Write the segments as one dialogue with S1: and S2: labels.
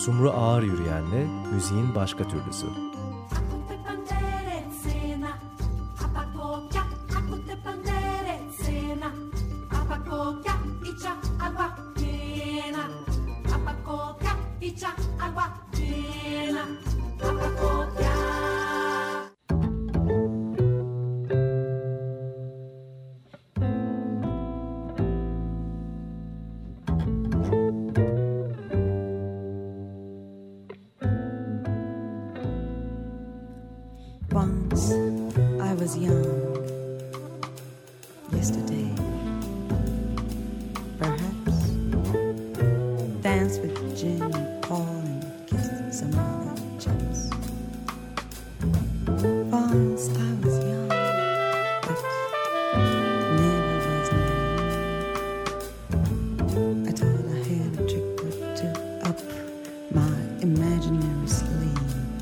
S1: Sumru Ağır Yürüyen'le müziğin başka türlüsü.
S2: Once I was young, yesterday, perhaps, danced with Jim and Paul and kissed some other chaps. Once I was young, but never was naive. I thought I had a trick or two up my imaginary sleeve.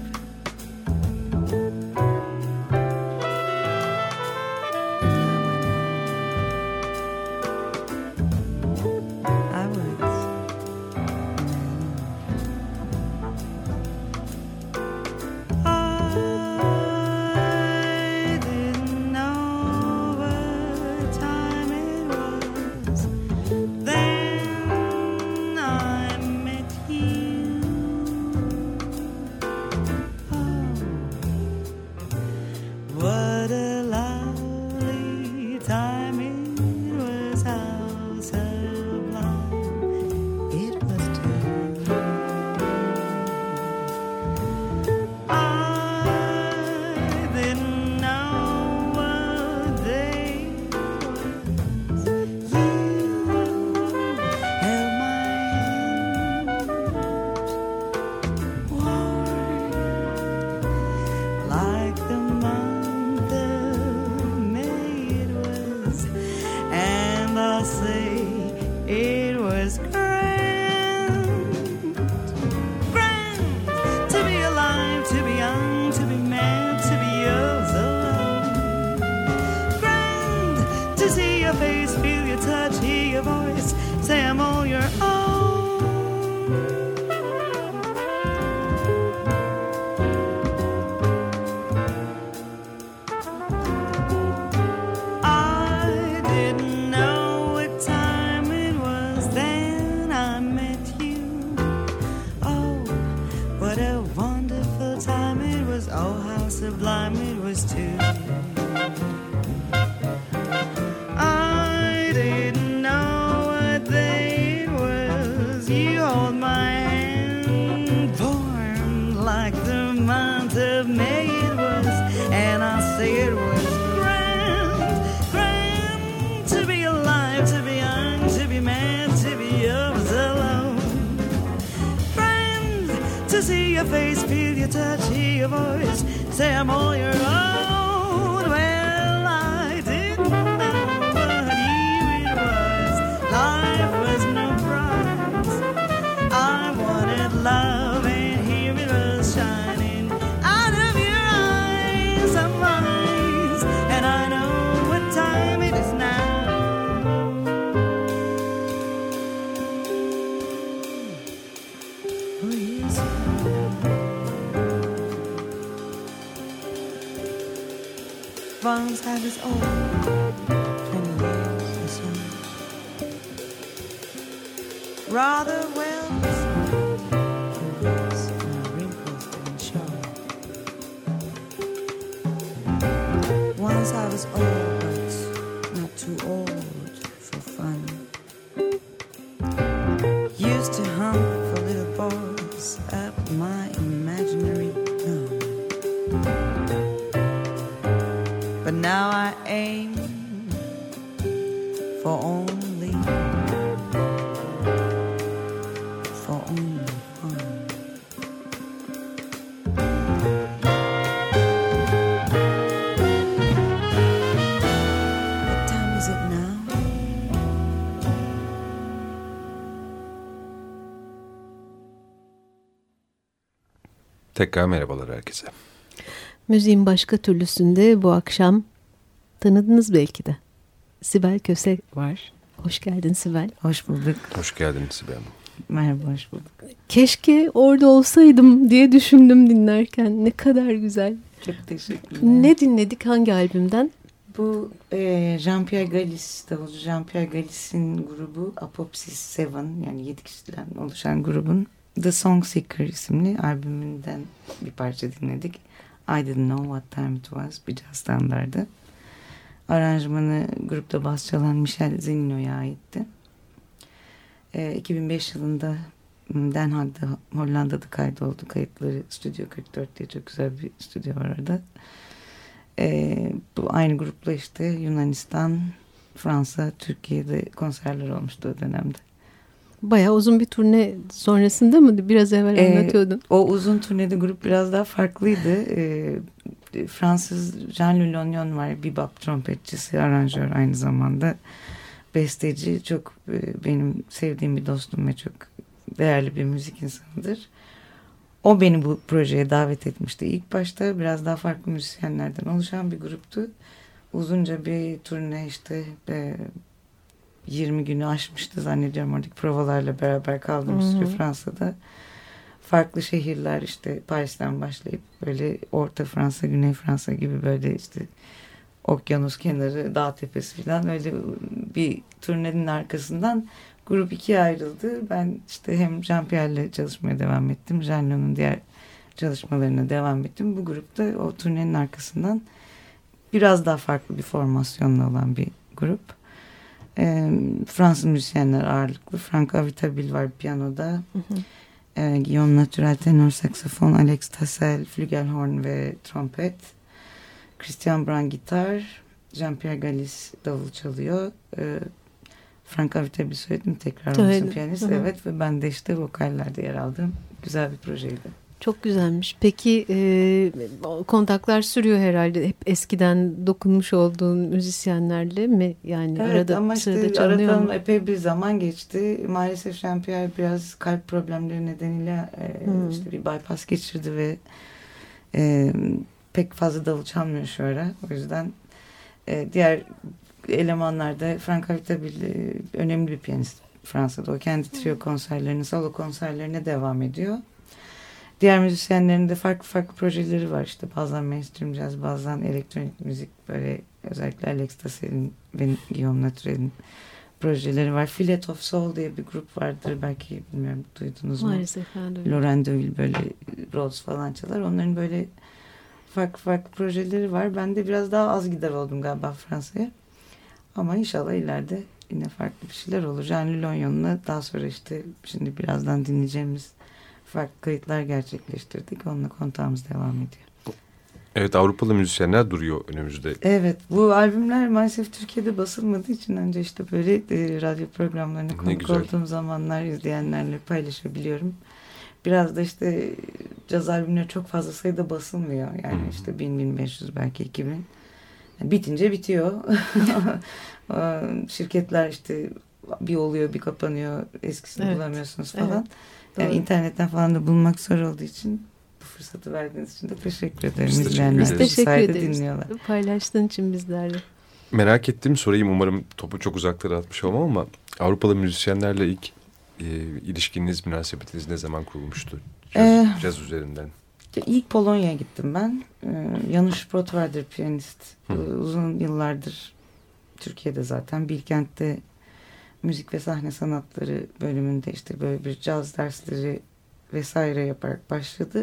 S2: Once I was old, 20 years or so, rather well curious, my wrinkles didn't show. Once I was old, but not too old for fun. Used to hunt for little boys up my imaginary gun. But now I aim for only fun. What time is it now?
S3: Tekrar merhabalar herkese.
S4: Müziğin başka türlüsünde bu akşam tanıdınız belki de. Sibel Köse var. Hoş geldin Sibel.
S2: Hoş bulduk.
S3: Hoş geldin Sibel Hanım.
S2: Merhaba, hoş bulduk.
S4: Keşke orada olsaydım diye düşündüm dinlerken. Ne kadar güzel.
S2: Çok teşekkürler.
S4: Ne dinledik, hangi albümden?
S2: Bu Jean-Pierre Gallis, davulcu Jean-Pierre Gallis'in grubu Apopsis Seven, yani 7 kişiden oluşan grubun The Song Seeker isimli albümünden bir parça dinledik. I Didn't Know What Time It Was, bir caz standardı. Aranjmanı grupta bas çalan Michel Zenino'ya aitti. 2005 yılında Den Haag'da, Hollanda'da kaydoldu. Kayıtları Stüdyo 44 diye çok güzel bir stüdyo var orada. Bu aynı grupla işte Yunanistan, Fransa, Türkiye'de konserler olmuştu o dönemde. Bayağı
S4: uzun bir turne sonrasında mı? Biraz evvel anlatıyordun.
S2: O uzun turnede grup biraz daha farklıydı. Fransız Jean-Louis Lognon var. Bebop trompetçisi, aranjör, aynı zamanda besteci. Çok benim sevdiğim bir dostum ve çok değerli bir müzik insanıdır. O beni bu projeye davet etmişti. İlk başta biraz daha farklı müzisyenlerden oluşan bir gruptu. Uzunca bir turne, işte 20 günü aşmıştı zannediyorum, oradaki provalarla beraber kaldığımız süre Fransa'da. Farklı şehirler, işte Paris'ten başlayıp böyle Orta Fransa, Güney Fransa gibi, böyle işte okyanus kenarı, dağ tepesi falan, öyle bir turnenin arkasından grup ikiye ayrıldı. Ben işte hem Jean-Pierre'le çalışmaya devam ettim, Jean-Louis'un diğer çalışmalarına devam ettim. Bu grupta o turnenin arkasından biraz daha farklı bir formasyonla olan bir grup. Fransız müzisyenler ağırlıklı. Franck Avitabil var piyanoda. Guillaume Naturel tenor saksafon, Alex Tassel flügelhorn ve trompet. Christian Brun gitar, Jean-Pierre Gallis davul çalıyor. Franck Avitabil söyledim tekrar, olsun piyanist. Evet, ve ben de işte vokallerde yer aldım. Güzel bir projeydi.
S4: Çok güzelmiş. Peki kontaklar sürüyor herhalde. Hep eskiden dokunmuş olduğun müzisyenlerle mi? Yani
S2: evet,
S4: arada
S2: ama
S4: sırada
S2: işte
S4: çalınıyor mu?
S2: epey bir zaman geçti. Maalesef Jean-Pierre biraz kalp problemleri nedeniyle işte bir bypass geçirdi ve pek fazla davul çalmıyor şu ara. O yüzden diğer elemanlarda Franck Avitabil önemli bir piyanist Fransa'da. O kendi trio konserlerini, solo konserlerine devam ediyor. Diğer müzisyenlerin de farklı farklı projeleri var. İşte bazen mainstream jazz, bazen elektronik müzik, böyle özellikle Alex Tassel'in ve Guillaume Naturel'in projeleri var. Fillet of Soul diye bir grup vardır. Belki bilmiyorum, duydunuz mu?
S4: Maalesef ben de.
S2: Laurent Deville böyle Rhodes falan çalar. Onların böyle farklı farklı projeleri var. Ben de biraz daha az gider oldum galiba Fransa'ya. Ama inşallah ileride yine farklı bir şeyler olur. Jean-Louis Lognon'la daha sonra işte şimdi birazdan dinleyeceğimiz farklı kayıtlar gerçekleştirdik. Onunla kontağımız devam ediyor.
S3: Evet, Avrupalı müzisyenler duruyor önümüzde.
S2: Evet, bu albümler maalesef Türkiye'de basılmadığı için önce işte böyle radyo programlarına konuk olduğum zamanlar izleyenlerle paylaşabiliyorum. Biraz da işte caz albümleri çok fazla sayıda basılmıyor. Yani işte 1000-1500 belki 2000. Yani bitince bitiyor. Şirketler işte bir oluyor bir kapanıyor, eskisini bulamıyorsunuz falan. Evet. Yani internetten falan da bulmak zor olduğu için bu fırsatı verdiğiniz için de teşekkür ederim.
S4: Biz teşekkür ederiz.
S2: Dinliyorlar.
S4: Paylaştığın için bizlerle.
S3: Merak ettiğim sorayım, umarım topu çok uzaklara atmış olmam ama Avrupalı müzisyenlerle ilk ilişkiniz, münasebetiniz ne zaman kurulmuştu? Caz üzerinden.
S2: İlk Polonya'ya gittim ben. Janusz Sprot vardır, piyanist. Uzun yıllardır Türkiye'de zaten Bilkent'te müzik ve sahne sanatları bölümünde işte böyle bir caz dersleri vesaire yaparak başladı.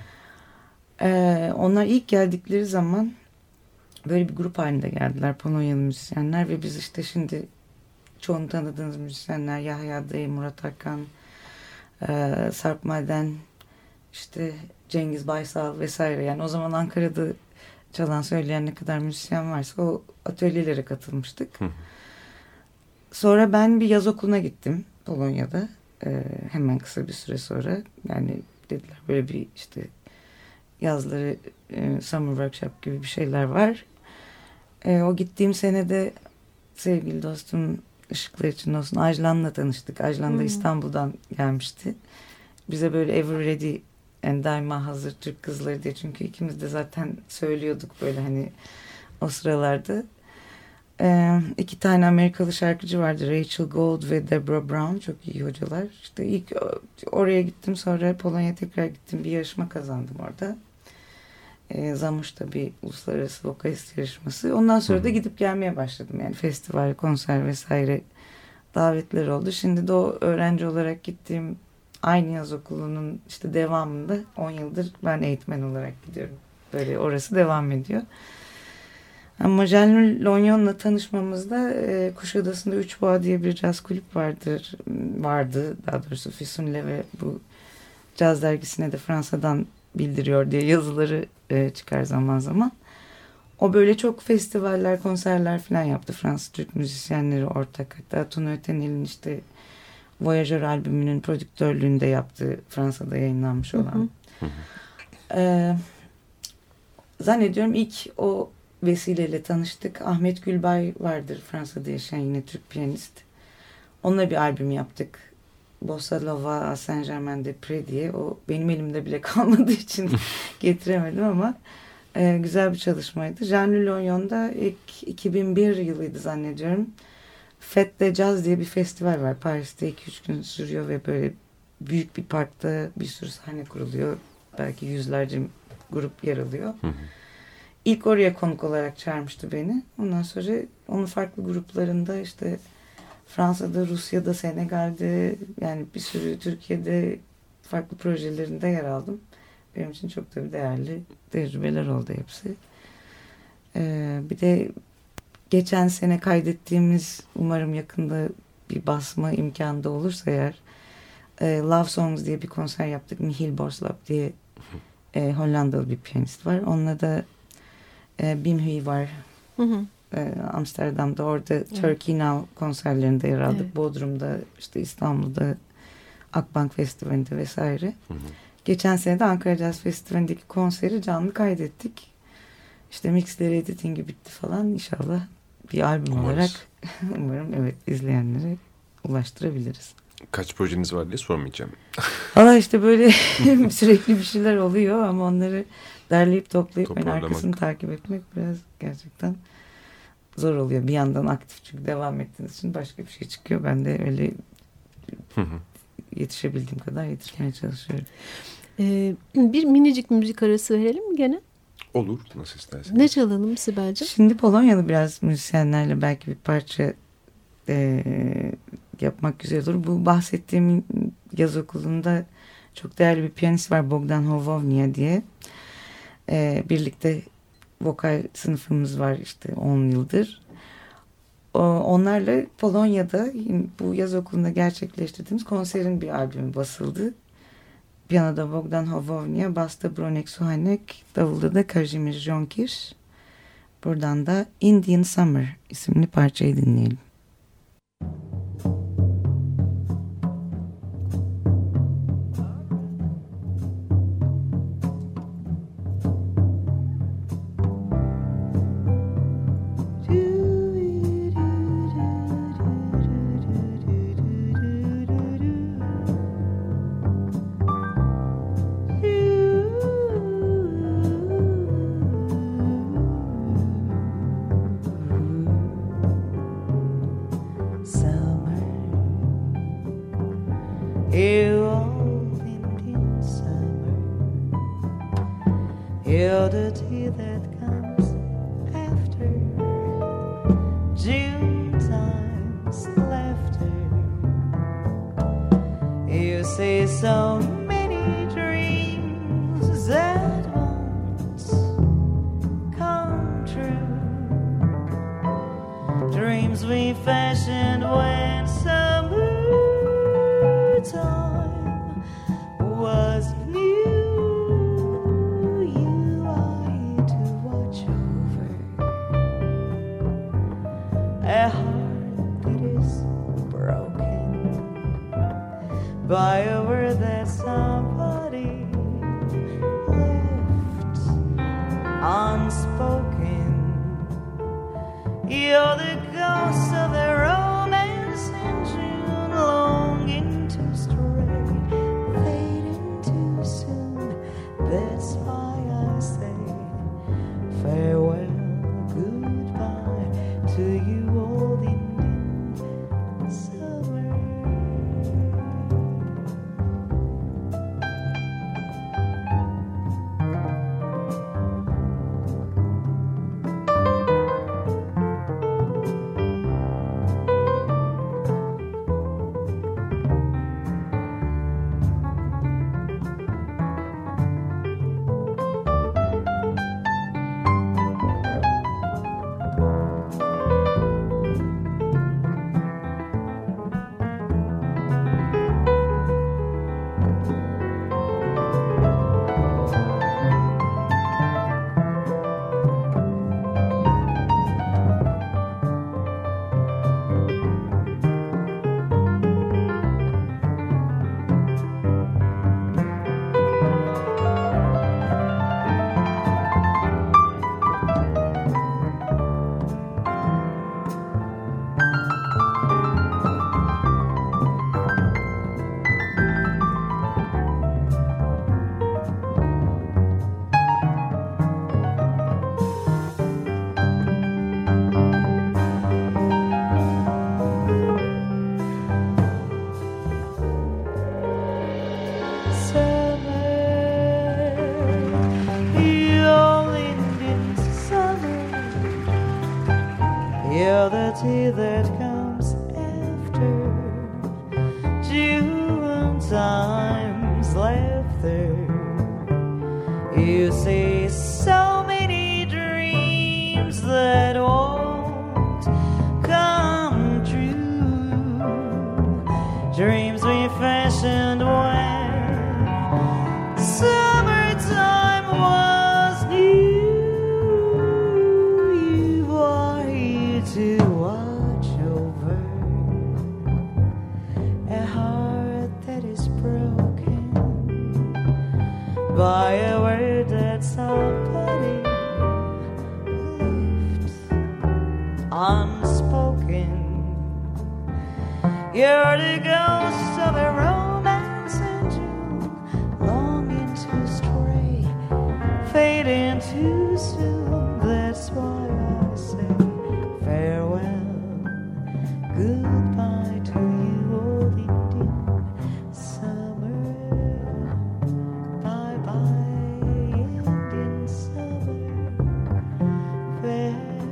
S2: Onlar ilk geldikleri zaman böyle bir grup halinde geldiler, Polonyalı müzisyenler, ve biz işte şimdi çoğunu tanıdığınız müzisyenler, Yahya Dayı, Murat Hakan, Sarp Maden, işte Cengiz Baysal vesaire, yani o zaman Ankara'da çalan söyleyen ne kadar müzisyen varsa o atölyelere katılmıştık. Sonra ben bir yaz okuluna gittim Polonya'da. Hemen kısa bir süre sonra, yani dediler böyle bir işte yazları summer workshop gibi bir şeyler var. O gittiğim senede sevgili dostum, ışıklar için olsun, Ajlan'la tanıştık. Ajlan da İstanbul'dan gelmişti. Bize böyle ever ready, yani daima hazır Türk kızları diye, çünkü ikimiz de zaten söylüyorduk böyle hani o sıralarda. 2 tane Amerikalı şarkıcı vardı. Rachel Gold ve Deborah Brown. Çok iyi hocalar. İşte ilk oraya gittim. Sonra Polonya'ya tekrar gittim. Bir yarışma kazandım orada. Zamoş'ta bir uluslararası vokalist yarışması. Ondan sonra da gidip gelmeye başladım. Yani festival, konser vesaire davetler oldu. Şimdi de o öğrenci olarak gittiğim aynı yaz okulunun işte devamında 10 yıldır ben eğitmen olarak gidiyorum. Böyle orası devam ediyor. Ama Jean Lognon'la tanışmamızda Kuşadası'nda Üç Boğa diye bir caz kulüp vardı. Daha doğrusu Füsun'le ve bu caz dergisine de Fransa'dan bildiriyor diye yazıları çıkar zaman zaman. O böyle çok festivaller, konserler falan yaptı. Fransız Türk müzisyenleri ortak. Hatta Tuna Ötenel'in işte Voyageur albümünün prodüktörlüğünde yaptığı Fransa'da yayınlanmış olan. Zannediyorum ilk o vesileyle tanıştık. Ahmet Gülbay vardır Fransa'da yaşayan yine Türk piyanist. Onunla bir albüm yaptık. Bossa Nova Saint Germain des Prés diye. O benim elimde bile kalmadığı için getiremedim ama güzel bir çalışmaydı. Jean Lognon'da ilk 2001 yılıydı zannediyorum. Fête de Jazz diye bir festival var. Paris'te 2-3 gün sürüyor ve böyle büyük bir parkta bir sürü sahne kuruluyor. Belki yüzlerce grup yer alıyor. İlk oraya konuk olarak çağırmıştı beni. Ondan sonra onun farklı gruplarında işte Fransa'da, Rusya'da, Senegal'de yani bir sürü Türkiye'de farklı projelerinde yer aldım. Benim için çok tabii değerli tecrübeler oldu hepsi. Bir de geçen sene kaydettiğimiz umarım yakında bir basma imkanı da olursa eğer Love Songs diye bir konser yaptık. Michiel Borslap diye Hollandalı bir piyanist var. Onunla da Bim Huy var. Amsterdam'da orada Turkey Now konserlerinde yer aldık. Evet. Bodrum'da işte İstanbul'da Akbank Festivali'nde vesaire. Geçen sene de Ankara Jazz Festivali'ndeki konseri canlı kaydettik. İşte mixleri, editingi bitti falan. İnşallah bir albüm olarak umarım evet izleyenlere ulaştırabiliriz.
S3: Kaç projeniz var diye sormayacağım.
S2: Valla işte böyle sürekli bir şeyler oluyor ama onları derleyip toplayıp ben arkasını takip etmek biraz gerçekten zor oluyor. Bir yandan aktif çünkü devam ettiğiniz için başka bir şey çıkıyor. Ben de öyle yetişebildiğim kadar yetişmeye çalışıyorum.
S4: Bir minicik müzik arası verelim mi gene?
S3: Olur. Nasıl istersen.
S4: Ne çalalım Sibel'cim?
S2: Şimdi Polonyalı biraz müzisyenlerle belki bir parça yapmak güzel olur. Bu bahsettiğim yaz okulunda çok değerli bir piyanist var. Bogdan Hołownia diye. Birlikte vokal sınıfımız var işte 10 yıldır. Onlarla Polonya'da bu yaz okulunda gerçekleştirdiğimiz konserin bir albümü basıldı. Piyanoda Bogdan Hołownia, basta Bronek Suhanek, davulda da Kazimierz Żonkis. Buradan da Indian Summer isimli parçayı dinleyelim. to you old Indian summer. Yeah, the tea that comes after June time's laughter. You see so many dreams that won't come true, dreams we fashioned when summertime was new. You are here to watch over a heart that is broken by a word that somebody left unspoken. You're the ghost of a romance in June, longing to stray, fading too soon. That's why I say farewell, goodbye to you, old Indian summer. Bye bye, Indian summer. Farewell,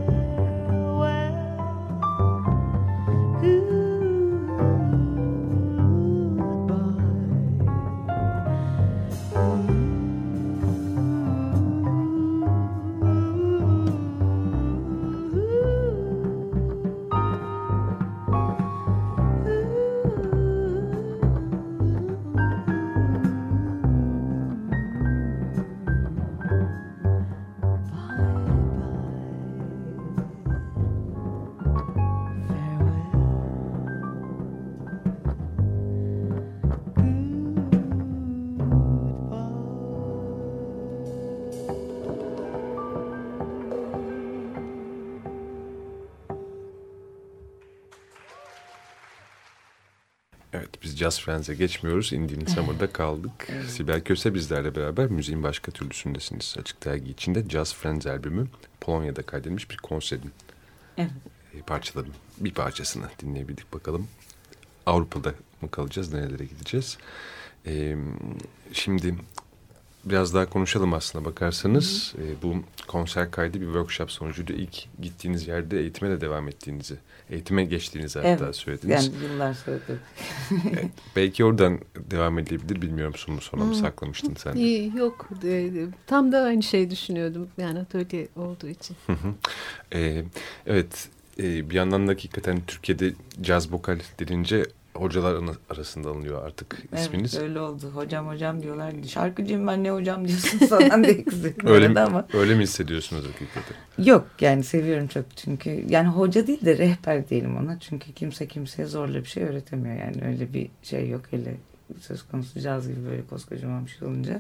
S3: Evet, biz Jazz Friends'e geçmiyoruz. Indian Summer'da kaldık. Sibel Köse bizlerle beraber müziğin başka türlüsündesiniz. Açık Dergi içinde Jazz Friends albümü Polonya'da kaydedilmiş bir konserin parçaların bir parçasını dinleyebildik. Bakalım Avrupa'da mı kalacağız, nerelere gideceğiz? Şimdi biraz daha konuşalım aslına bakarsanız. Bu konser kaydı bir workshop sonucuydu. İlk gittiğiniz yerde eğitime de devam ettiğinizi, eğitime geçtiğinizi hatta söylediniz.
S2: Yani yıllar söyledim.
S3: Belki oradan devam edebilir, bilmiyorum, sona mı saklamıştın sen?
S4: Yok, tam da aynı şeyi düşünüyordum. Yani atölye olduğu için.
S3: Evet, bir yandan da hakikaten Türkiye'de caz vokal denince hocalar arasında alınıyor artık isminiz.
S2: Evet, öyle oldu. Hocam diyorlar. Şarkıcıyım ben, ne hocam diyorsun falan diye kızıyorum.
S3: Öyle mi hissediyorsunuz hakikaten?
S2: Yok, yani seviyorum çok çünkü. Yani hoca değil de rehber diyelim ona. Çünkü kimse kimseye zorla bir şey öğretemiyor. Yani öyle bir şey yok, hele söz konusu caz gibi böyle koskocaman bir şey olunca.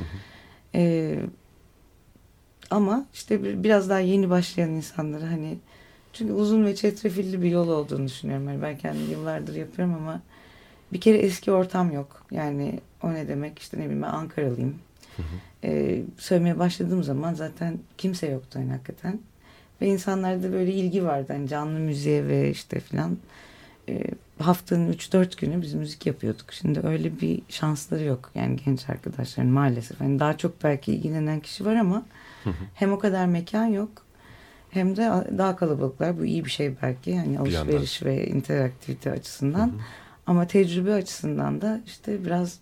S2: Ama işte biraz daha yeni başlayan insanları hani, çünkü uzun ve çetrefilli bir yol olduğunu düşünüyorum. Yani ben kendim yıllardır yapıyorum ama bir kere eski ortam yok. Yani o ne demek, işte ne bileyim, ben Ankaralıyım. Söylemeye başladığım zaman zaten kimse yoktu yani hakikaten. Ve insanlarda böyle ilgi vardı. Hani canlı müziğe ve işte filan. Haftanın 3-4 günü biz müzik yapıyorduk. Şimdi öyle bir şansları yok. Yani genç arkadaşların maalesef. Hani daha çok belki ilgilenen kişi var ama hem o kadar mekan yok. Hem de daha kalabalıklar. Bu iyi bir şey belki. Yani alışveriş ve interaktivite açısından. Ama tecrübe açısından da işte biraz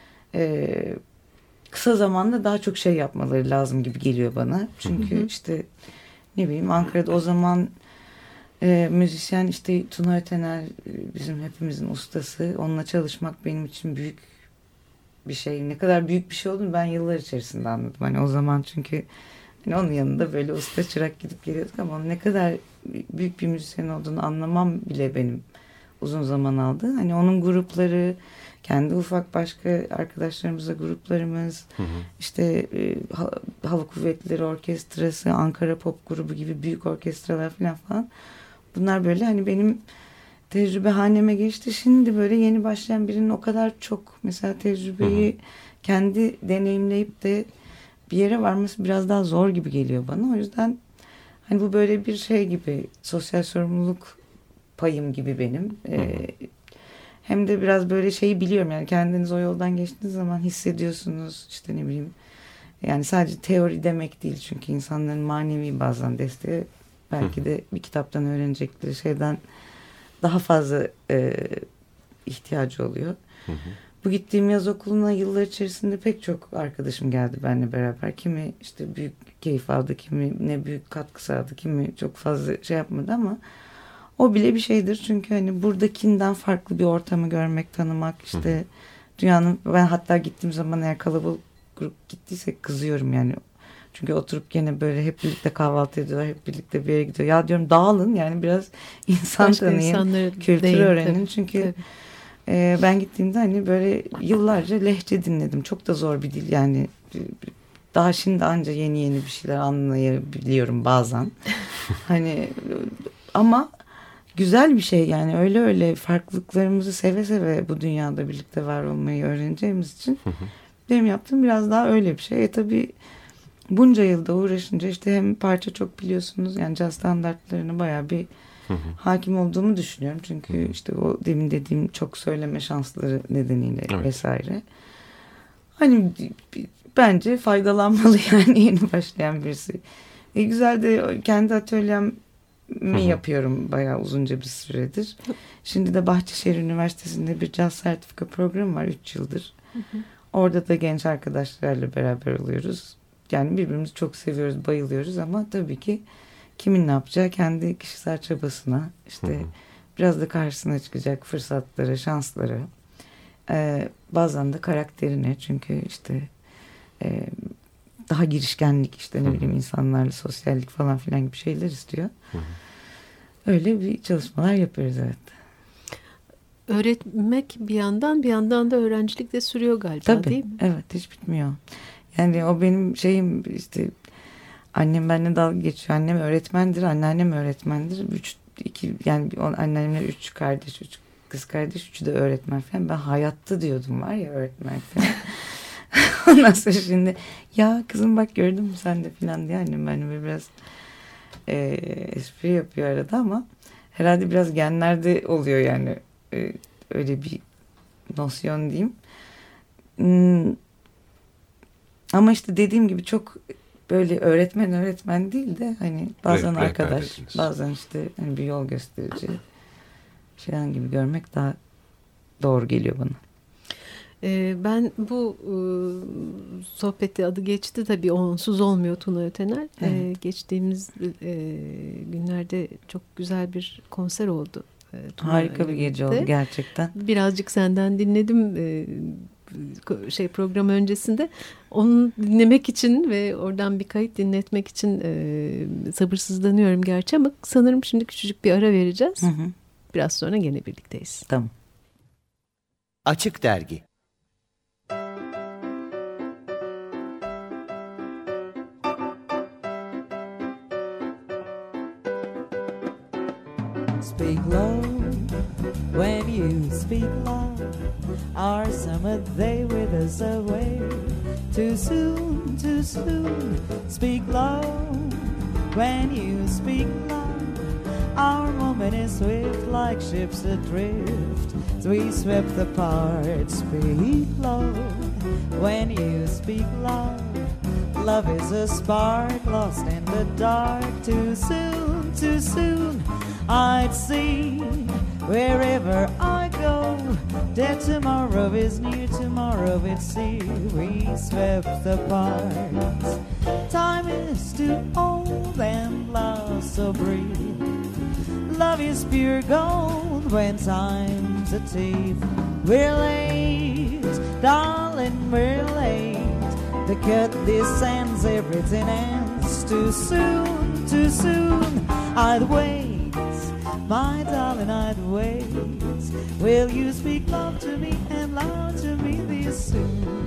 S2: kısa zamanda daha çok şey yapmaları lazım gibi geliyor bana. Çünkü işte ne bileyim Ankara'da o zaman müzisyen işte Tuna Ötener bizim hepimizin ustası. Onunla çalışmak benim için büyük bir şey. Ne kadar büyük bir şey olduğunu ben yıllar içerisinde anladım. Hani o zaman çünkü hani onun yanında böyle usta çırak gidip geliyorduk ama onun ne kadar büyük bir müzisyen olduğunu anlamam bile benim uzun zaman aldı. Hani onun grupları, kendi ufak başka arkadaşlarımızla gruplarımız, işte Hava Kuvvetleri Orkestrası, Ankara Pop Grubu gibi büyük orkestralar falan. Bunlar böyle hani benim tecrübehaneme geçti. Şimdi böyle yeni başlayan birinin o kadar çok mesela tecrübeyi kendi deneyimleyip de bir yere varması biraz daha zor gibi geliyor bana. O yüzden hani bu böyle bir şey gibi, sosyal sorumluluk payım gibi benim. Hem de biraz böyle şeyi biliyorum yani kendiniz o yoldan geçtiğiniz zaman hissediyorsunuz işte ne bileyim. Yani sadece teori demek değil çünkü insanların manevi bazen desteği belki de bir kitaptan öğrenecekleri şeyden daha fazla ihtiyacı oluyor. Bu gittiğim yaz okuluna yıllar içerisinde pek çok arkadaşım geldi benimle beraber. Kimi işte büyük keyif aldı, kimi ne büyük katkı sağladı, kimi çok fazla şey yapmadı ama o bile bir şeydir. Çünkü hani buradakinden farklı bir ortamı görmek, tanımak işte dünyanın, ben hatta gittiğim zaman eğer kalabalık grup gittiysek kızıyorum yani. Çünkü oturup gene böyle hep birlikte kahvaltı ediyorlar, hep birlikte bir yere gidiyor. Ya diyorum dağılın yani biraz insan tanıyın, kültür öğrenin. Tabii, çünkü ben gittiğimde hani böyle yıllarca lehçe dinledim. Çok da zor bir dil yani. Daha şimdi anca yeni bir şeyler anlayabiliyorum bazen. Hani ama güzel bir şey yani öyle farklılıklarımızı seve seve bu dünyada birlikte var olmayı öğreneceğimiz için benim yaptığım biraz daha öyle bir şey. Tabii bunca yılda uğraşınca işte hem parça çok biliyorsunuz yani caz standartlarını bayağı bir hakim olduğumu düşünüyorum. Çünkü işte o demin dediğim çok söyleme şansları nedeniyle vesaire. Hani bence faydalanmalı yani yeni başlayan birisi. Güzel de kendi atölyemi yapıyorum bayağı uzunca bir süredir. Şimdi de Bahçeşehir Üniversitesi'nde bir caz sertifika programı var 3 yıldır. Orada da genç arkadaşlarla beraber oluyoruz. Yani birbirimizi çok seviyoruz, bayılıyoruz ama tabii ki kimin ne yapacağı kendi kişisel çabasına, işte biraz da karşısına çıkacak fırsatlara, şanslara, bazen de karakterine çünkü işte daha girişkenlik işte ne bileyim insanlarla sosyallik falan filan gibi şeyler istiyor. Öyle bir çalışmalar yapıyoruz evet.
S4: Öğretmek bir yandan da öğrencilik de sürüyor galiba
S2: tabii,
S4: değil mi?
S2: Evet hiç bitmiyor. Yani o benim şeyim işte annem benimle dalga geçiyor. Annem öğretmendir, anneannem öğretmendir. Yani anneannemler 3 kardeş, 3 kız kardeş, 3'ü de öğretmen falan. Ben hayatta diyordum var ya öğretmen falan. Ondan sonra şimdi ya kızım bak gördün mü sen de falan diye annem benimle biraz espri yapıyor arada ama herhalde biraz genlerde oluyor yani öyle bir nosyon diyeyim. Ama işte dediğim gibi çok böyle öğretmen değil de hani bazen arkadaş, bazen işte hani bir yol gösterici falan gibi görmek daha doğru geliyor bana.
S4: Ben bu sohbette adı geçti tabii onsuz olmuyor Tuna Ötener. Evet. Geçtiğimiz günlerde çok güzel bir konser oldu.
S2: Harika bir gece oldu gerçekten.
S4: Birazcık senden dinledim program öncesinde. Onu dinlemek için ve oradan bir kayıt dinletmek için sabırsızlanıyorum gerçi ama sanırım şimdi küçücük bir ara vereceğiz. Biraz sonra gene birlikteyiz.
S2: Tamam.
S5: Açık Dergi.
S6: Speak low when you speak loud. Our summer they with us away. Too soon, too soon. Speak low when you speak love. Our moment is swift like ships adrift. We swept apart, speak low when you speak love. Love is a spark lost in the dark. Too soon I'd see wherever I go that tomorrow is near, tomorrow it's here. We swept apart. Time is too old and love so brief. Love is pure gold when time's a thief. We're late, darling, we're late. The cut descends, everything ends. Too soon I'd wait, my darling, I'd wait. Will you speak love to me and loud to me this soon?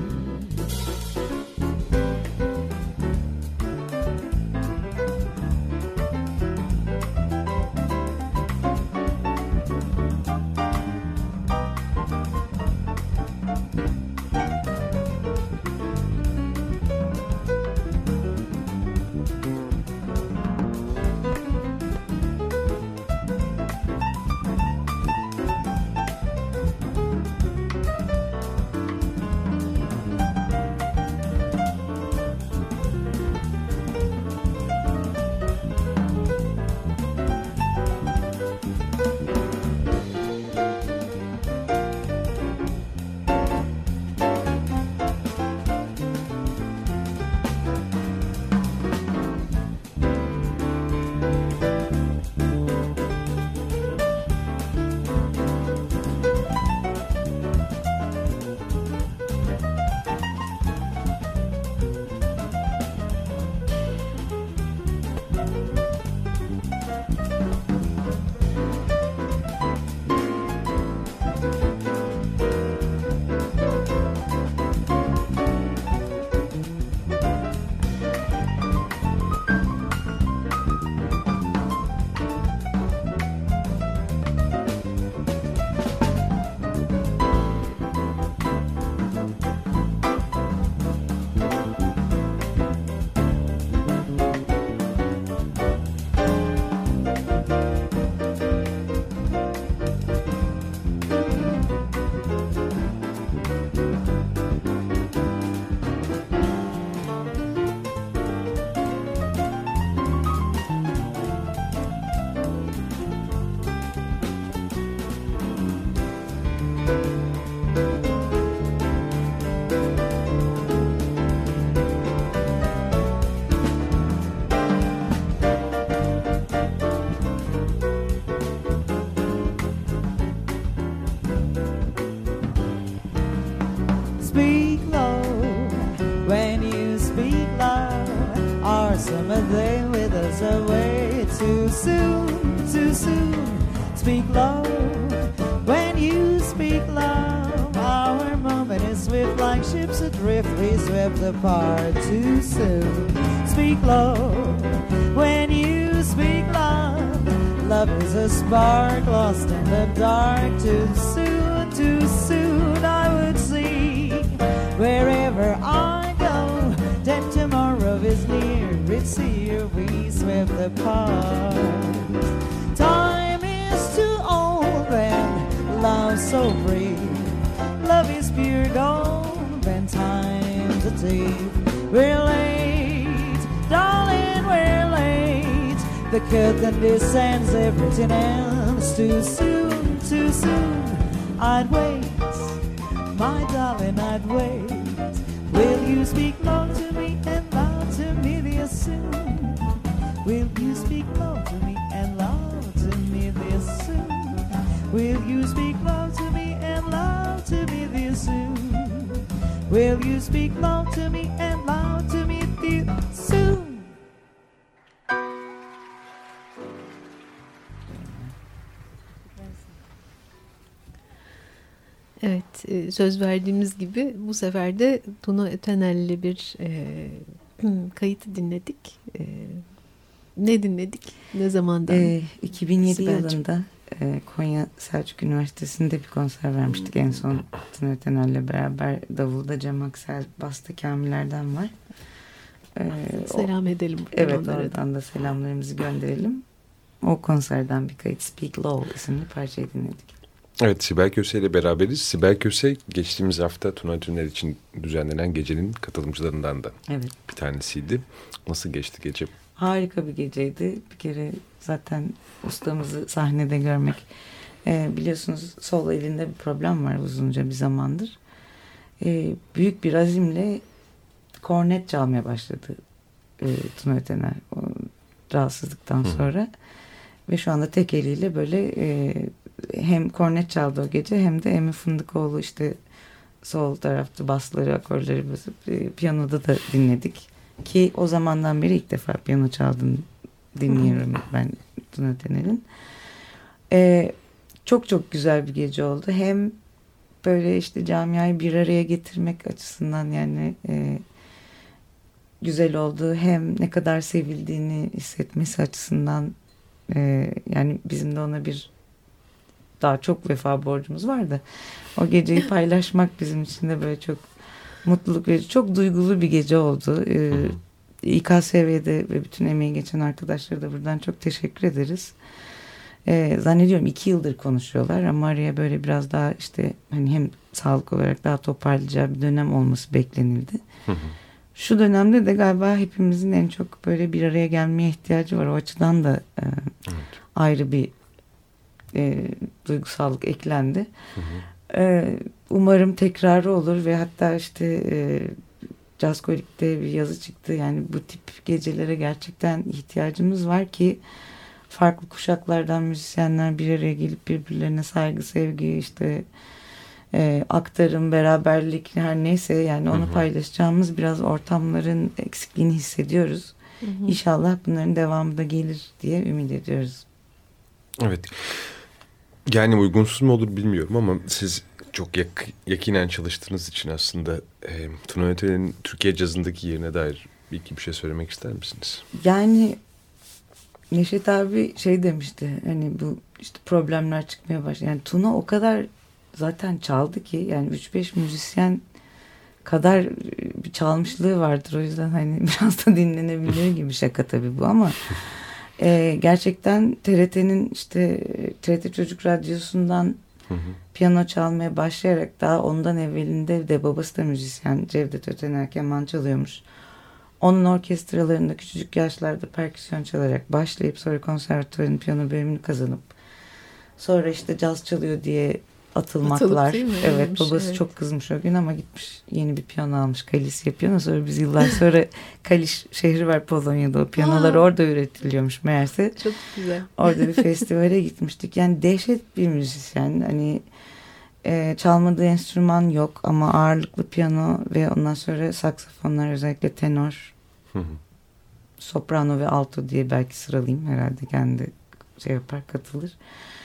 S6: Speak low when you speak loud. Are some of they with us away? Too soon. Speak low when you speak loud. Our moment is swift like ships adrift. We swept apart too soon. Speak low when you speak loud. Love is a spark lost in the dark. Too soon I would see wherever I go that tomorrow is near. It's here we swept apart. Time is too old and love so free. Love is pure gold and time's a thief. We're late, darling, we're late. The curtain descends, everything ends. Too soon I'd wait, my darling, I'd wait. Will you speak low to me and loud to me this soon? Will you speak low to me and loud to me this soon? Will you speak low to me and loud to me this soon? Will you speak low to me and loud to me this soon?
S4: Evet, söz verdiğimiz gibi bu sefer de Tuna Ötenel'li bir kayıtı dinledik. Ne dinledik? Ne zamandan?
S2: 2007
S4: Sibel'cim.
S2: yılında Konya Selçuk Üniversitesi'nde bir konser vermiştik. En son Tuna Ötenel'le beraber davulda Cem Aksel, basta Kamiller'den var.
S4: Selam edelim.
S2: Evet,
S4: onlara da.
S2: oradan da selamlarımızı gönderelim. O konserden bir kayıt, Speak Low isimli parçayı dinledik.
S3: Evet, Sibel Köse ile beraberiz. Sibel Köse geçtiğimiz hafta Tuna Tüner için düzenlenen gecenin katılımcılarından da
S2: Evet.
S3: bir tanesiydi. Nasıl geçti gece?
S2: Harika bir geceydi. Bir kere zaten ustamızı sahnede görmek. Biliyorsunuz sol elinde bir problem var uzunca bir zamandır. Büyük bir azimle kornet çalmaya başladı Tuna Ötener o rahatsızlıktan sonra. Ve şu anda tek eliyle böyle hem kornet çaldı o gece hem de Emi Fındıkoğlu işte sol tarafta basları, akorları basıp piyanoda da dinledik. Ki o zamandan beri ilk defa piyano çaldığını dinliyorum ben Tuna Ötener'in. Çok çok güzel bir gece oldu. Hem böyle işte camiayı bir araya getirmek açısından yani güzel oldu. Hem ne kadar sevildiğini hissetmesi açısından yani bizim de ona bir daha çok vefa borcumuz var da o geceyi paylaşmak bizim için de böyle çok mutluluk verici, çok duygulu bir gece oldu. İKSV'de ve bütün emeği geçen arkadaşlara da buradan çok teşekkür ederiz. Zannediyorum 2 yıldır konuşuyorlar ama araya böyle biraz daha işte hani hem sağlık olarak daha toparlayacağı bir dönem olması beklenildi. Şu dönemde de galiba hepimizin en çok böyle bir araya gelmeye ihtiyacı var. O açıdan da ayrı bir duygusallık eklendi. Umarım tekrarı olur ve hatta işte Jazzkolik'te bir yazı çıktı. Yani bu tip gecelere gerçekten ihtiyacımız var ki farklı kuşaklardan müzisyenler bir araya gelip birbirlerine saygı, sevgi, işte aktarım, beraberlik her neyse yani onu paylaşacağımız biraz ortamların eksikliğini hissediyoruz. İnşallah bunların devamı da gelir diye ümit ediyoruz.
S3: Evet. Yani uygunsuz mu olur bilmiyorum ama siz çok yakinen çalıştığınız için aslında Tuna Ötener'in Türkiye cazındaki yerine dair bir şey söylemek ister misiniz?
S2: Yani Neşet abi şey demişti hani bu işte problemler çıkmaya başladı. Yani Tuna o kadar zaten çaldı ki yani 3-5 müzisyen kadar bir çalmışlığı vardır. O yüzden hani biraz da dinlenebilir gibi şaka tabii bu ama gerçekten TRT'nin işte TRT Çocuk Radyosu'ndan piyano çalmaya başlayarak daha ondan evvelinde de babası da müzisyen Cevdet Ötener keman çalıyormuş. Onun orkestralarında küçücük yaşlarda perküsyon çalarak başlayıp sonra konservatuvarın piyano bölümünü kazanıp sonra işte caz çalıyor diye atılmaklar. Evet, babası evet. Çok kızmış o gün ama gitmiş yeni bir piyano almış. Kalisya piyano. Sonra biz yıllar sonra Kalisz şehri var Polonya'da. O piyanolar orada üretiliyormuş meğerse.
S4: Çok güzel.
S2: Orada bir festivale gitmiştik. Yani dehşet bir müzisyen. Hani çalmadığı enstrüman yok ama ağırlıklı piyano ve ondan sonra saksafonlar özellikle tenor, soprano ve alto diye belki sıralayayım herhalde kendi şey yapar katılır.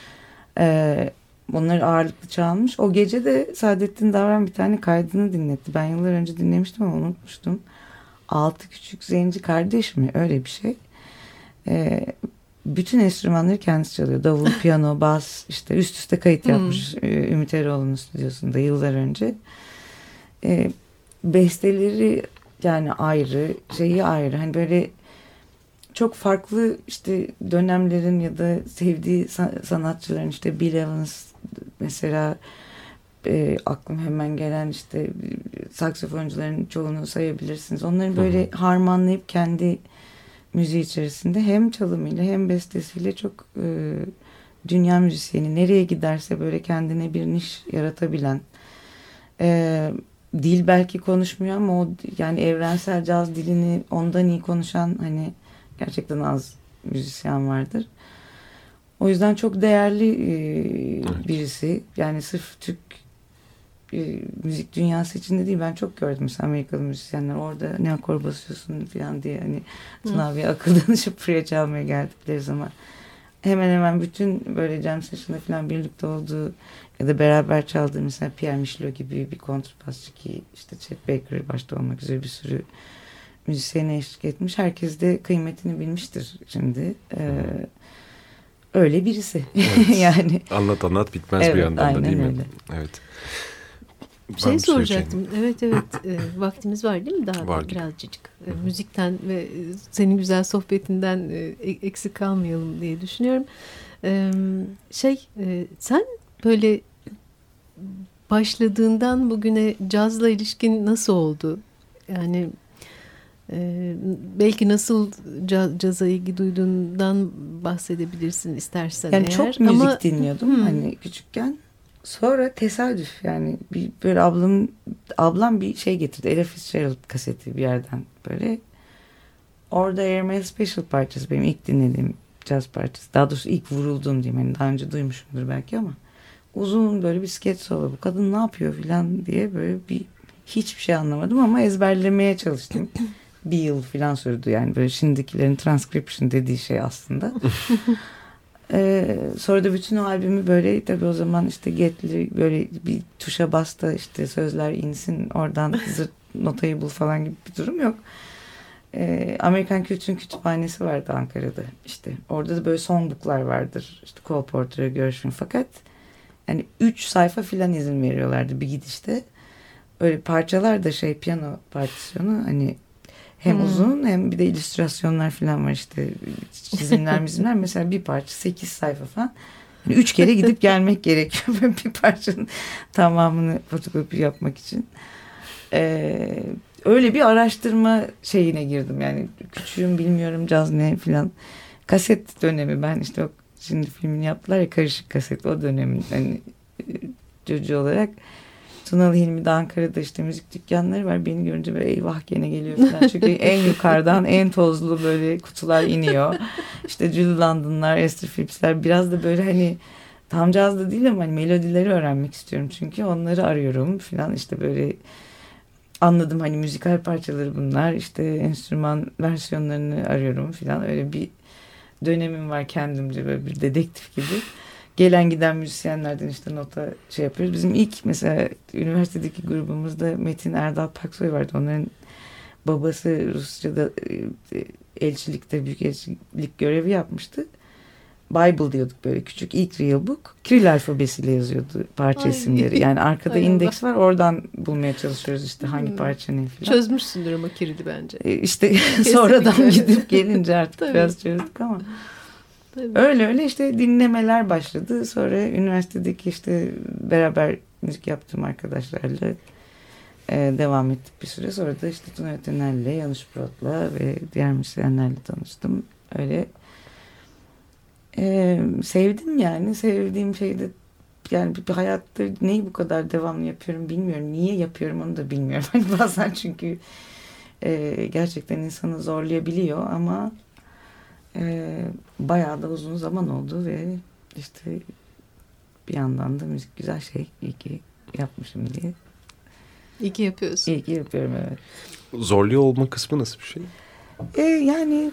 S2: Onları ağırlıklı çalmış. O gece de Saadettin Davran bir tane kaydını dinletti. Ben yıllar önce dinlemiştim ama unutmuştum. 6 küçük zenci kardeş mi? Öyle bir şey. Bütün enstrümanları kendisi çalıyor. Davul, piyano, bas işte üst üste kayıt yapmış Ümit Eroğlu'nun stüdyosunda yıllar önce. Besteleri yani ayrı, şeyi ayrı. Hani böyle çok farklı işte dönemlerin ya da sevdiği sanatçıların işte Bill Evans mesela aklıma hemen gelen işte saksafoncuların çoğunu sayabilirsiniz. Onları böyle harmanlayıp kendi müziği içerisinde hem çalımıyla hem bestesiyle çok dünya müzisyeni nereye giderse böyle kendine bir niş yaratabilen dil belki konuşmuyor ama o yani evrensel caz dilini ondan iyi konuşan hani gerçekten az müzisyen vardır. O yüzden çok değerli birisi. Yani sırf Türk müzik dünyası içinde değil. Ben çok gördüm mesela Amerikalı müzisyenler orada ne akor basıyorsun falan diye hani Tuna akıl danışıp buraya çalmaya geldikleri zaman hemen hemen bütün böyle jam session'da falan birlikte olduğu ya da beraber çaldığı mesela Pierre Michelot gibi bir kontrbasçı ki işte Chet Baker başta olmak üzere bir sürü müzisyene eşlik etmiş. Herkes de kıymetini bilmiştir şimdi. Öyle birisi.
S3: Evet.
S2: Yani.
S3: Anlat bitmez bir yandan da değil mi? Öyle. Evet.
S4: Bir şey
S3: mı
S4: soracaktım. Evet vaktimiz var değil mi? Daha
S3: Var.
S4: birazcık müzikten ve senin güzel sohbetinden eksik kalmayalım diye düşünüyorum. Sen böyle başladığından bugüne cazla ilişkin nasıl oldu? Yani belki nasıl caza ilgi duyduğundan bahsedebilirsin istersen
S2: Yani
S4: eğer.
S2: çok müzik dinliyordum hani küçükken. Sonra tesadüf yani böyle ablam bir şey getirdi. Ella Fitzgerald kaseti bir yerden böyle. Orada Airmail Special parçası benim ilk dinlediğim caz parçası. Daha doğrusu ilk vurulduğum diyeyim. Yani daha önce duymuşumdur belki ama. Uzun böyle bir skeç solo. Bu kadın ne yapıyor falan diye böyle hiçbir şey anlamadım ama ezberlemeye çalıştım. Bir yıl falan sürdü yani böyle şimdikilerin transcription dediği şey aslında. Sonra da bütün o albümü böyle tabii o zaman işte Getly böyle bir tuşa bas da işte sözler insin oradan zırt notayı bul falan gibi bir durum yok. Amerikan Kültür'ün kütüphanesi vardı Ankara'da işte orada da böyle songbook'lar vardır işte Cole Porter'a görüşün fakat yani 3 sayfa filan izin veriyorlardı bir gidişte öyle parçalar da piyano partisyonu hani hem uzun hem bir de illüstrasyonlar falan var işte çizimler mesela bir parça 8 sayfa falan. Yani 3 kere gidip gelmek gerekiyor bir parçanın tamamını fotokopi yapmak için. Öyle bir araştırma şeyine girdim yani küçüğüm bilmiyorum caz ne falan. Kaset dönemi ben işte o şimdi filmini yaptılar ya karışık kaset o dönemin hani çocuğu olarak. Tunalı Hilmi'de Ankara'da işte müzik dükkanları var. Beni görünce böyle eyvah gene geliyor falan. Çünkü en yukarıdan en tozlu böyle kutular iniyor. İşte Julie London'lar, Esther Phillips'ler biraz da böyle hani tam caz da değil ama hani melodileri öğrenmek istiyorum. Çünkü onları arıyorum falan işte böyle anladım hani müzikal parçaları bunlar. İşte enstrüman versiyonlarını arıyorum falan. Öyle bir dönemim var kendimce böyle bir dedektif gibi. Gelen giden müzisyenlerden işte nota yapıyoruz. Bizim ilk mesela üniversitedeki grubumuzda Metin Erdal Paksoy vardı. Onların babası Rusya'da elçilikte büyük elçilik görevi yapmıştı. Bible diyorduk böyle küçük ilk real book. Kiril alfabesiyle yazıyordu parça isimleri. Yani arkada indeks var oradan bulmaya çalışıyoruz işte hangi parça ne falan.
S4: Çözmüşsündür ama Kiril'i bence.
S2: İşte sonradan gidip gelince artık biraz çözdük ama. Tabii. Öyle işte dinlemeler başladı. Sonra üniversitedeki işte beraber müzik yaptığım arkadaşlarla devam ettik bir süre. Sonra da işte Tuna Ötener'le, Yanuş Prot'la ve diğer müzisyenlerle tanıştım. Öyle sevdim yani. Sevdiğim şeyde yani bir hayatta neyi bu kadar devamlı yapıyorum bilmiyorum. Niye yapıyorum onu da bilmiyorum. Hani bazen çünkü gerçekten insanı zorlayabiliyor ama bayağı da uzun zaman oldu ve işte bir yandan da müzik güzel şey. İyi ki yapmışım diye.
S4: İyi ki yapıyorsun.
S2: İyi ki yapıyorum evet.
S3: Zorluyor olma kısmı nasıl bir şey?
S2: Yani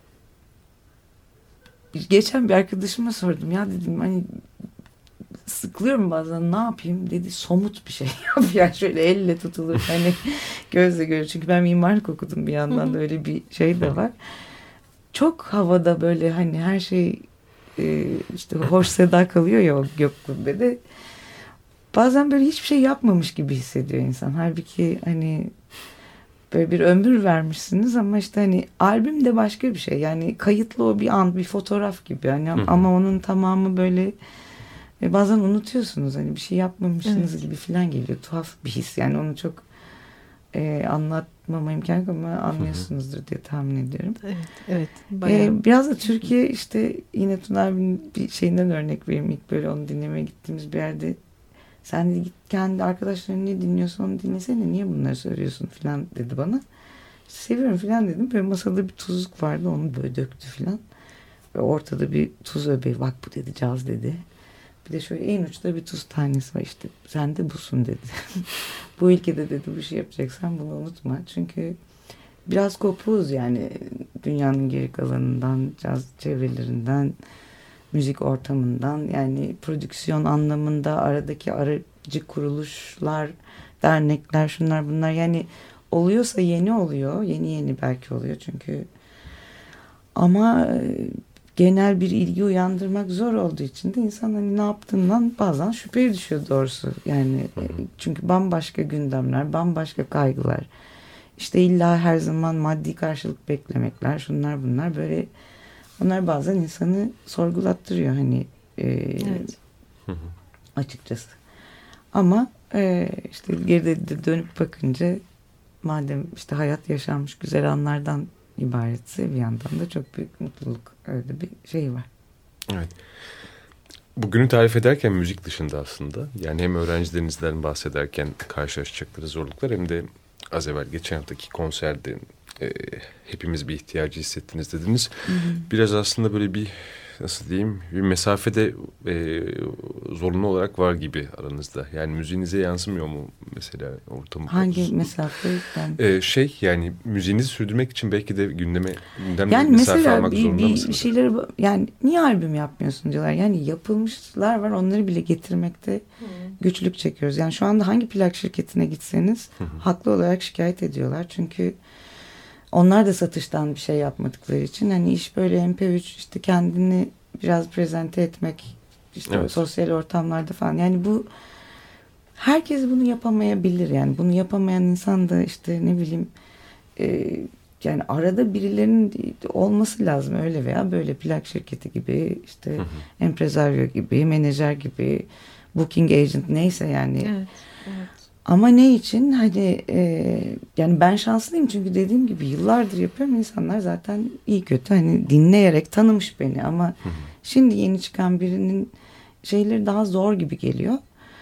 S2: geçen bir arkadaşıma sordum ya dedim hani sıkılıyorum bazen ne yapayım dedi somut bir şey yap ya şöyle elle tutulur hani gözle görür çünkü ben mimarlık okudum bir yandan da öyle bir şey de var. Çok havada böyle hani her şey işte hoş seda kalıyor ya o gök kubbede. Bazen böyle hiçbir şey yapmamış gibi hissediyor insan. Halbuki hani böyle bir ömür vermişsiniz ama işte hani albüm de başka bir şey. Yani kayıtlı o bir an bir fotoğraf gibi. Yani ama onun tamamı böyle bazen unutuyorsunuz. Hani bir şey yapmamışsınız gibi falan geliyor. Tuhaf bir his. Yani onu çok anlatmama imkan yok ama anlıyorsunuzdur diye tahmin ediyorum.
S4: Evet.
S2: Biraz da Türkiye işte yine Tuna abinin bir şeyinden örnek vereyim. İlk böyle onu dinlemeye gittiğimiz bir yerde sen de git kendi arkadaşların ne dinliyorsa onu dinlesene niye bunları söylüyorsun falan dedi bana. İşte seviyorum falan dedim. Böyle masada bir tuzluk vardı onu böyle döktü falan. Ve ortada bir tuz öbeği bak bu dedi caz dedi. Bir de şöyle en uçta bir tuz tanesi var işte sen de busun dedi. Bu ülkede dedi bu şey yapacaksan bunu unutma. Çünkü biraz kopuğuz yani dünyanın geri kalanından, caz çevrelerinden, müzik ortamından yani prodüksiyon anlamında aradaki aracı kuruluşlar, dernekler şunlar bunlar yani oluyorsa yeni oluyor. Yeni belki oluyor çünkü ama genel bir ilgi uyandırmak zor olduğu için de insan hani ne yaptığından bazen şüpheye düşüyor doğrusu. Yani çünkü bambaşka gündemler, bambaşka kaygılar. İşte illa her zaman maddi karşılık beklemekler, şunlar bunlar böyle, onlar bazen insanı sorgulattırıyor hani
S4: Evet.
S2: açıkçası. Ama işte geride dönüp bakınca madem işte hayat yaşanmış güzel anlardan ibaretse bir yandan da çok büyük mutluluk, öyle bir şey var.
S3: Evet. Bugünü tarif ederken müzik dışında aslında, yani hem öğrencilerinizden bahsederken karşılaşacakları zorluklar hem de az evvel geçen haftaki konserde hepimiz bir ihtiyacı hissettiniz dediniz. Biraz aslında böyle bir, nasıl diyeyim, bir mesafede zorunlu olarak var gibi aranızda. Yani müziğinize yansımıyor mu mesela ortamı?
S2: Hangi mesafeden?
S3: Yani müziğinizi sürdürmek için belki de gündeme
S2: yani
S3: mesafe
S2: mesela
S3: almak zorunda mısınız?
S2: bir şeyleri, yani niye albüm yapmıyorsun diyorlar. Yani yapılmışlar var, onları bile getirmekte güçlük çekiyoruz. Yani şu anda hangi plak şirketine gitseniz haklı olarak şikayet ediyorlar. Çünkü onlar da satıştan bir şey yapmadıkları için hani iş böyle MP3, işte kendini biraz prezente etmek, işte
S3: evet.
S2: sosyal ortamlarda falan. Yani bu, herkes bunu yapamayabilir. Yani bunu yapamayan insan da işte ne bileyim yani arada birilerinin olması lazım, öyle veya böyle, plak şirketi gibi, işte empresario gibi, menajer gibi, booking agent, neyse yani.
S4: Evet, evet.
S2: Ama ne için? Hani yani ben şanslıyım çünkü dediğim gibi yıllardır yapıyorum. İnsanlar zaten iyi kötü hani dinleyerek tanımış beni, ama şimdi yeni çıkan birinin şeyleri daha zor gibi geliyor.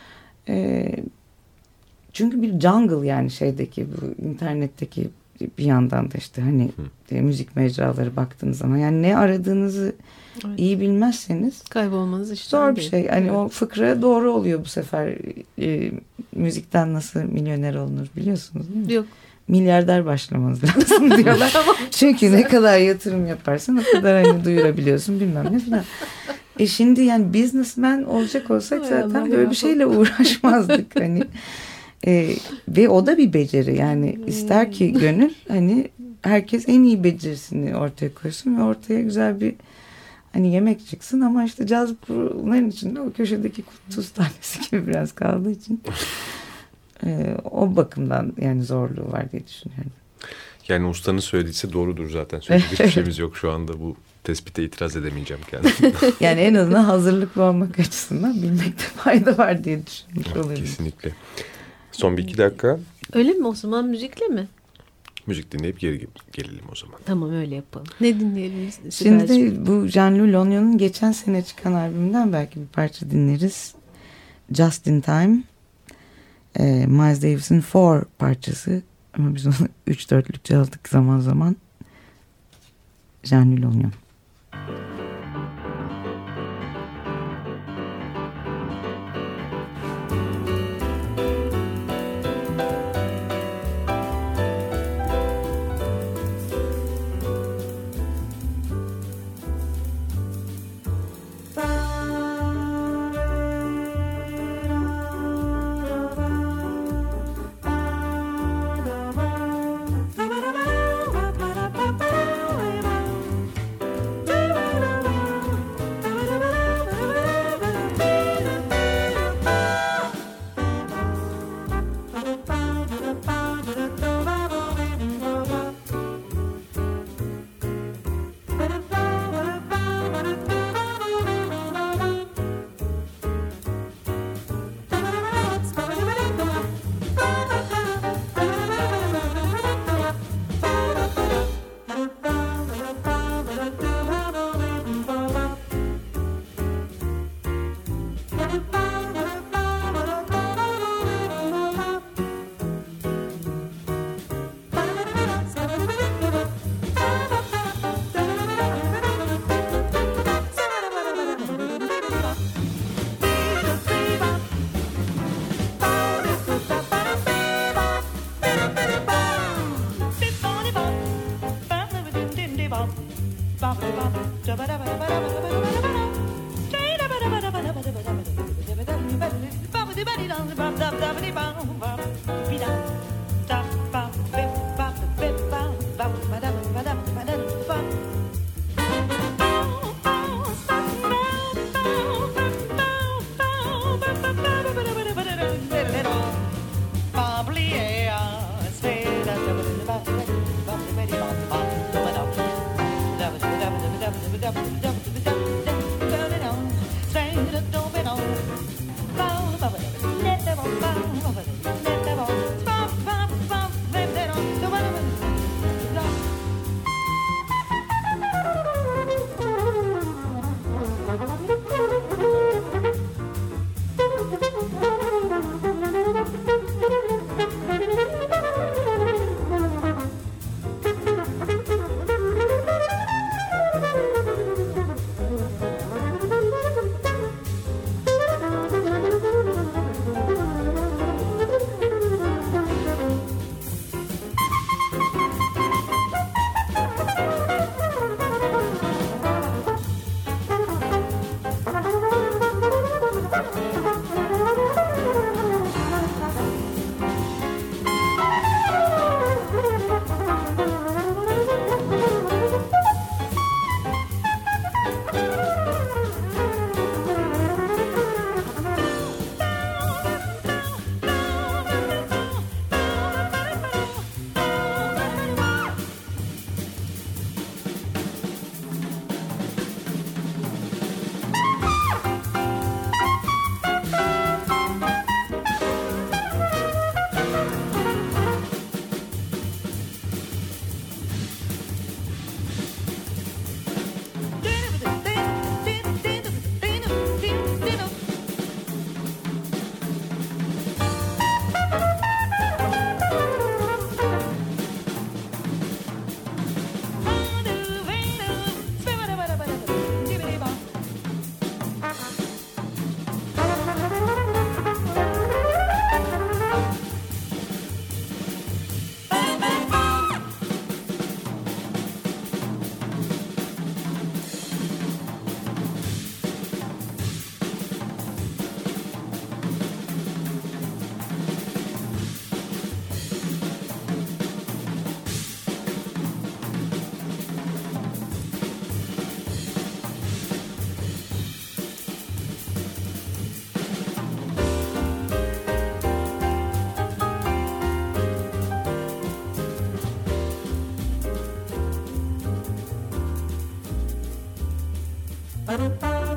S2: Çünkü bir jungle, yani şeydeki, bu internetteki, bir yandan da işte hani müzik mecraları baktığınız zaman, yani ne aradığınızı iyi bilmezseniz
S4: kaybolmanız işte
S2: zor bir
S4: değil.
S2: şey. Hani
S4: evet.
S2: o fıkra doğru oluyor bu sefer. Müzikten nasıl milyoner olunur biliyorsunuz değil mi?
S4: Yok.
S2: Milyarder başlamanız lazım diyorlar. Çünkü ne kadar yatırım yaparsan o kadar hani duyurabiliyorsun bilmem ne falan. Şimdi yani businessman olacak olsak zaten böyle bir şeyle uğraşmazdık hani. Ve o da bir beceri, yani ister ki gönül hani herkes en iyi becerisini ortaya koysun ve ortaya güzel bir hani yemek çıksın, ama işte caz bunların içinde o köşedeki tuz tanesi gibi biraz kaldığı için o bakımdan yani zorluğu var diye düşünüyorum.
S3: Yani ustanın söylediyse doğrudur zaten. Söyleyecek bir şeyimiz yok şu anda, bu tespite itiraz edemeyeceğim kendime.
S2: Yani en azından hazırlıklı olmak açısından bilmekte fayda var diye düşünmüş oluyorum.
S3: Kesinlikle. Son bir iki dakika.
S4: Öyle mi, o zaman müzikle mi?
S3: Müzik dinleyip geri gelelim o zaman.
S4: Tamam, öyle yapalım. Ne dinleyelim?
S2: Şimdi de bu Jean-Louis Lognon'un geçen sene çıkan albümünden belki bir parça dinleriz. Just in Time. Miles Davis'in Four parçası. Ama biz onu 3-4'lük çaldık zaman zaman. Jean-Louis Lognon.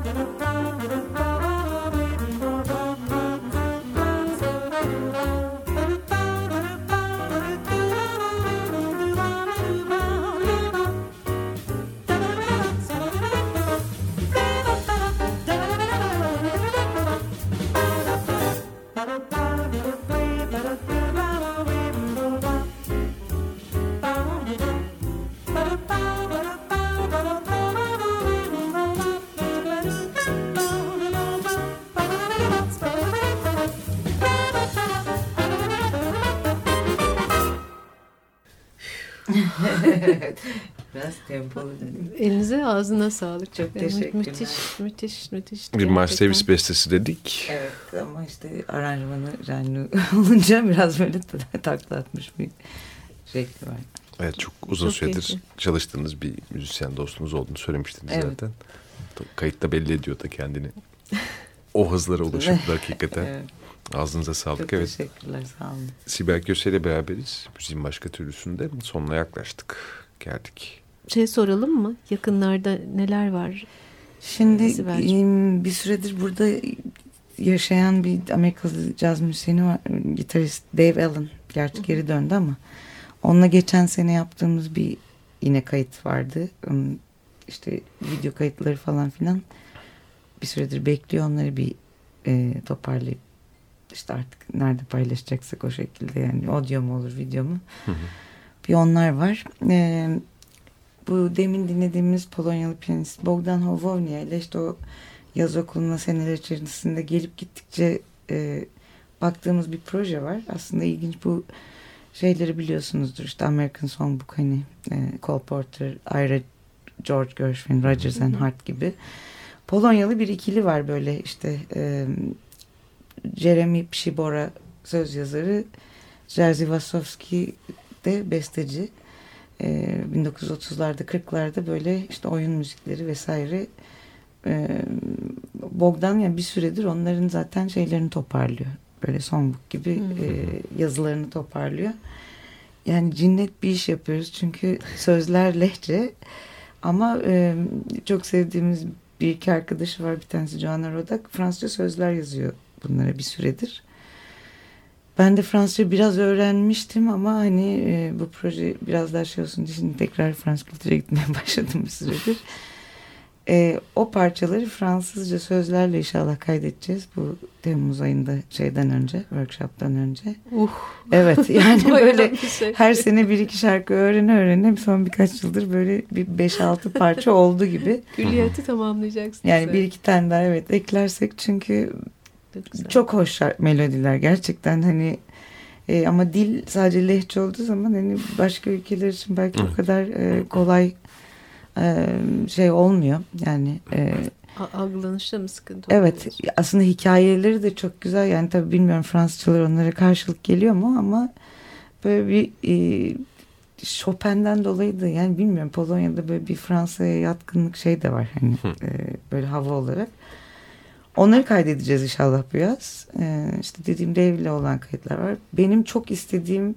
S2: Biraz tempolu dedim.
S4: Elinize ağzına sağlık.
S2: Çok teşekkürler.
S4: Müthiş.
S3: Bir Miles
S4: Gerçekten.
S3: Davis bestesi dedik.
S2: Evet ama işte aranjmanı Jean olunca biraz böyle takla atmış bir şekli var.
S3: Evet, çok uzun
S4: Çok
S3: süredir
S4: keyifli.
S3: çalıştığınız bir müzisyen dostunuz olduğunu söylemiştiniz
S2: Evet.
S3: zaten. Kayıtta belli ediyor da kendini. O hızlara ulaşıp hakikaten.
S2: Evet,
S3: Ağzınıza sağlık.
S2: çok
S3: Evet.
S2: teşekkürler, sağ olun.
S3: Sibel Köse ile beraberiz. Müziğin başka türlüsünde sonuna yaklaştık. Geldik.
S4: Şey soralım mı? Yakınlarda neler var?
S2: Şimdi
S4: Sibel'cim.
S2: bir süredir burada yaşayan bir Amerikalı caz müzisyeni var. Gitarist Dave Allen. Gerçi geri döndü ama onunla geçen sene yaptığımız bir yine kayıt vardı. Onun işte video kayıtları falan filan bir süredir bekliyor. Onları bir toparlayıp işte artık nerede paylaşacaksak o şekilde, yani audio mu olur, video mu? Bir onlar var. Bu demin dinlediğimiz Polonyalı piyanist Bogdan Hołownia ile işte o yaz okuluna seneler içerisinde gelip gittikçe baktığımız bir proje var. Aslında ilginç, bu şeyleri biliyorsunuzdur. İşte American Songbook, hani Cole Porter, Ira, George Gershwin, Rodgers and Hart gibi. Polonyalı bir ikili var böyle işte Jeremy Przybora söz yazarı, Jerzy Wasowski de besteci. 1930'larda 40'larda böyle işte oyun müzikleri vesaire. Bogdan yani bir süredir onların zaten şeylerini toparlıyor. Böyle songbook gibi yazılarını toparlıyor. Yani cinnet bir iş yapıyoruz çünkü sözler lehçe ama çok sevdiğimiz bir iki arkadaşı var. Bir tanesi Joanna Rodak, Fransızca sözler yazıyor bunlara bir süredir. Ben de Fransızca biraz öğrenmiştim ama hani bu proje biraz daha şey olsun diye şimdi tekrar Fransız kültüre gitmeye başladım bir süredir. O parçaları Fransızca sözlerle inşallah kaydedeceğiz bu Temmuz ayında, şeyden önce, workshop'tan önce. Evet, yani böyle her sene bir iki şarkı öğrene son birkaç yıldır böyle bir 5-6 parça oldu gibi.
S4: Külliyatı tamamlayacaksınız.
S2: Yani bir iki tane daha evet eklersek, çünkü çok hoş melodiler gerçekten, hani ama dil sadece lehçe olduğu zaman hani başka ülkeler için belki o kadar kolay şey olmuyor yani.
S4: Algılanışta mı sıkıntı
S2: Evet,
S4: oluyor?
S2: aslında hikayeleri de çok güzel, yani tabii bilmiyorum Fransızcalar onlara karşılık geliyor mu ama böyle bir Chopin'den dolayı da yani bilmiyorum, Polonya'da böyle bir Fransa'ya yatkınlık şey de var hani böyle hava olarak. Onları kaydedeceğiz inşallah bu yaz. İşte dediğim Dave'le olan kayıtlar var. Benim çok istediğim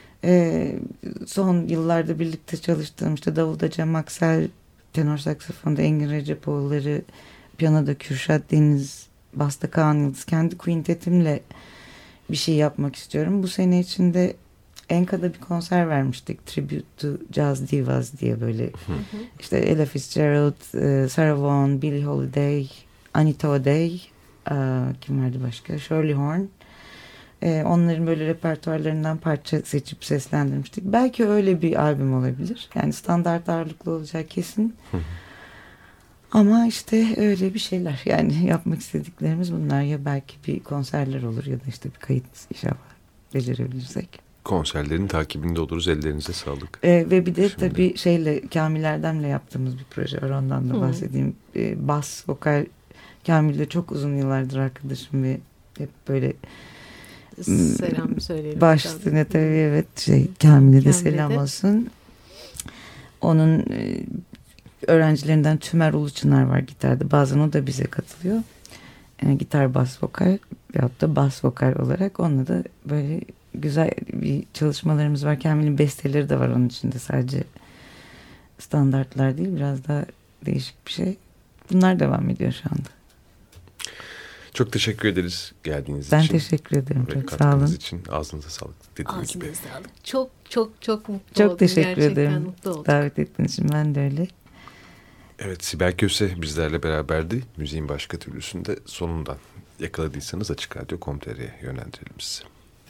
S2: son yıllarda birlikte çalıştığım işte davulda Cem Aksel, tenor saksafonda Engin Recepoğulları, piyanoda Kürşat Deniz, basta Kaan Yıldız, kendi quintetimle bir şey yapmak istiyorum. Bu sene içinde Enka'da bir konser vermiştik. Tribute to Jazz Divas diye böyle. İşte Ella Fitzgerald, Sarah Vaughan, Billie Holiday, Anita O'Day, kim vardı başka? Shirley Horn. Onların böyle repertuarlarından parça seçip seslendirmiştik. Belki öyle bir albüm olabilir. Yani standart ağırlıklı olacak kesin. Ama işte öyle bir şeyler. Yani yapmak istediklerimiz bunlar. Ya belki bir konserler olur ya da işte bir kayıt inşallah becerebilirsek.
S3: Konserlerin takibinde oluruz. Ellerinize sağlık.
S2: Ve bir de
S3: Şimdi.
S2: tabii şeyle, Kamil Erdem'le yaptığımız bir proje var. Ondan da bahsedeyim. Bas vokal, Kamil'le çok uzun yıllardır arkadaşım ve hep böyle
S4: Selam söyleyelim.
S2: başlığına tabii evet Kamil'e de
S4: Kamil'e
S2: selam
S4: de.
S2: olsun. Onun öğrencilerinden Tümer Uluçınar var gitarda. Bazen o da bize katılıyor. Gitar, bas vokal veyahut da bas vokal olarak. Onunla da böyle güzel bir çalışmalarımız var. Kamil'in besteleri de var onun içinde. Sadece standartlar değil, biraz daha değişik bir şey. bunlar devam ediyor şu anda.
S3: Çok teşekkür ederiz geldiğiniz
S2: Ben
S3: için.
S2: teşekkür ederim.
S3: Ve
S2: Çok sağ
S3: katkınız
S2: olun.
S3: için ağzınıza sağlık dediğim gibi.
S4: Ağzınıza sağlık. Çok mutlu
S2: Çok
S4: oldum.
S2: teşekkür
S4: Gerçekten
S2: ederim.
S4: mutlu oldum.
S2: Davet ettiğiniz için ben de öyle.
S3: Evet, Sibel Köse bizlerle beraberdi. Müziğin başka türlüsünde sonundan yakaladıysanız Açık Radyo.com.tr'ye yönlendirelim sizi.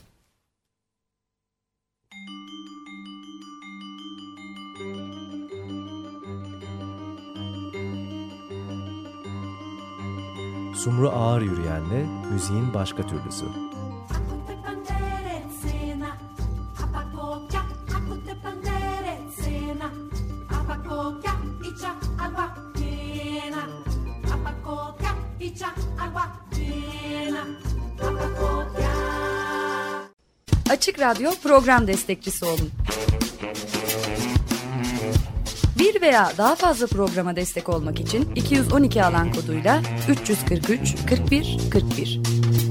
S1: Sumru Ağır Yürüyen'le müziğin başka türlüsü.
S7: Açık Radyo program destekçisi olun. Bir veya daha fazla programa destek olmak için 212 alan koduyla 343 41 41.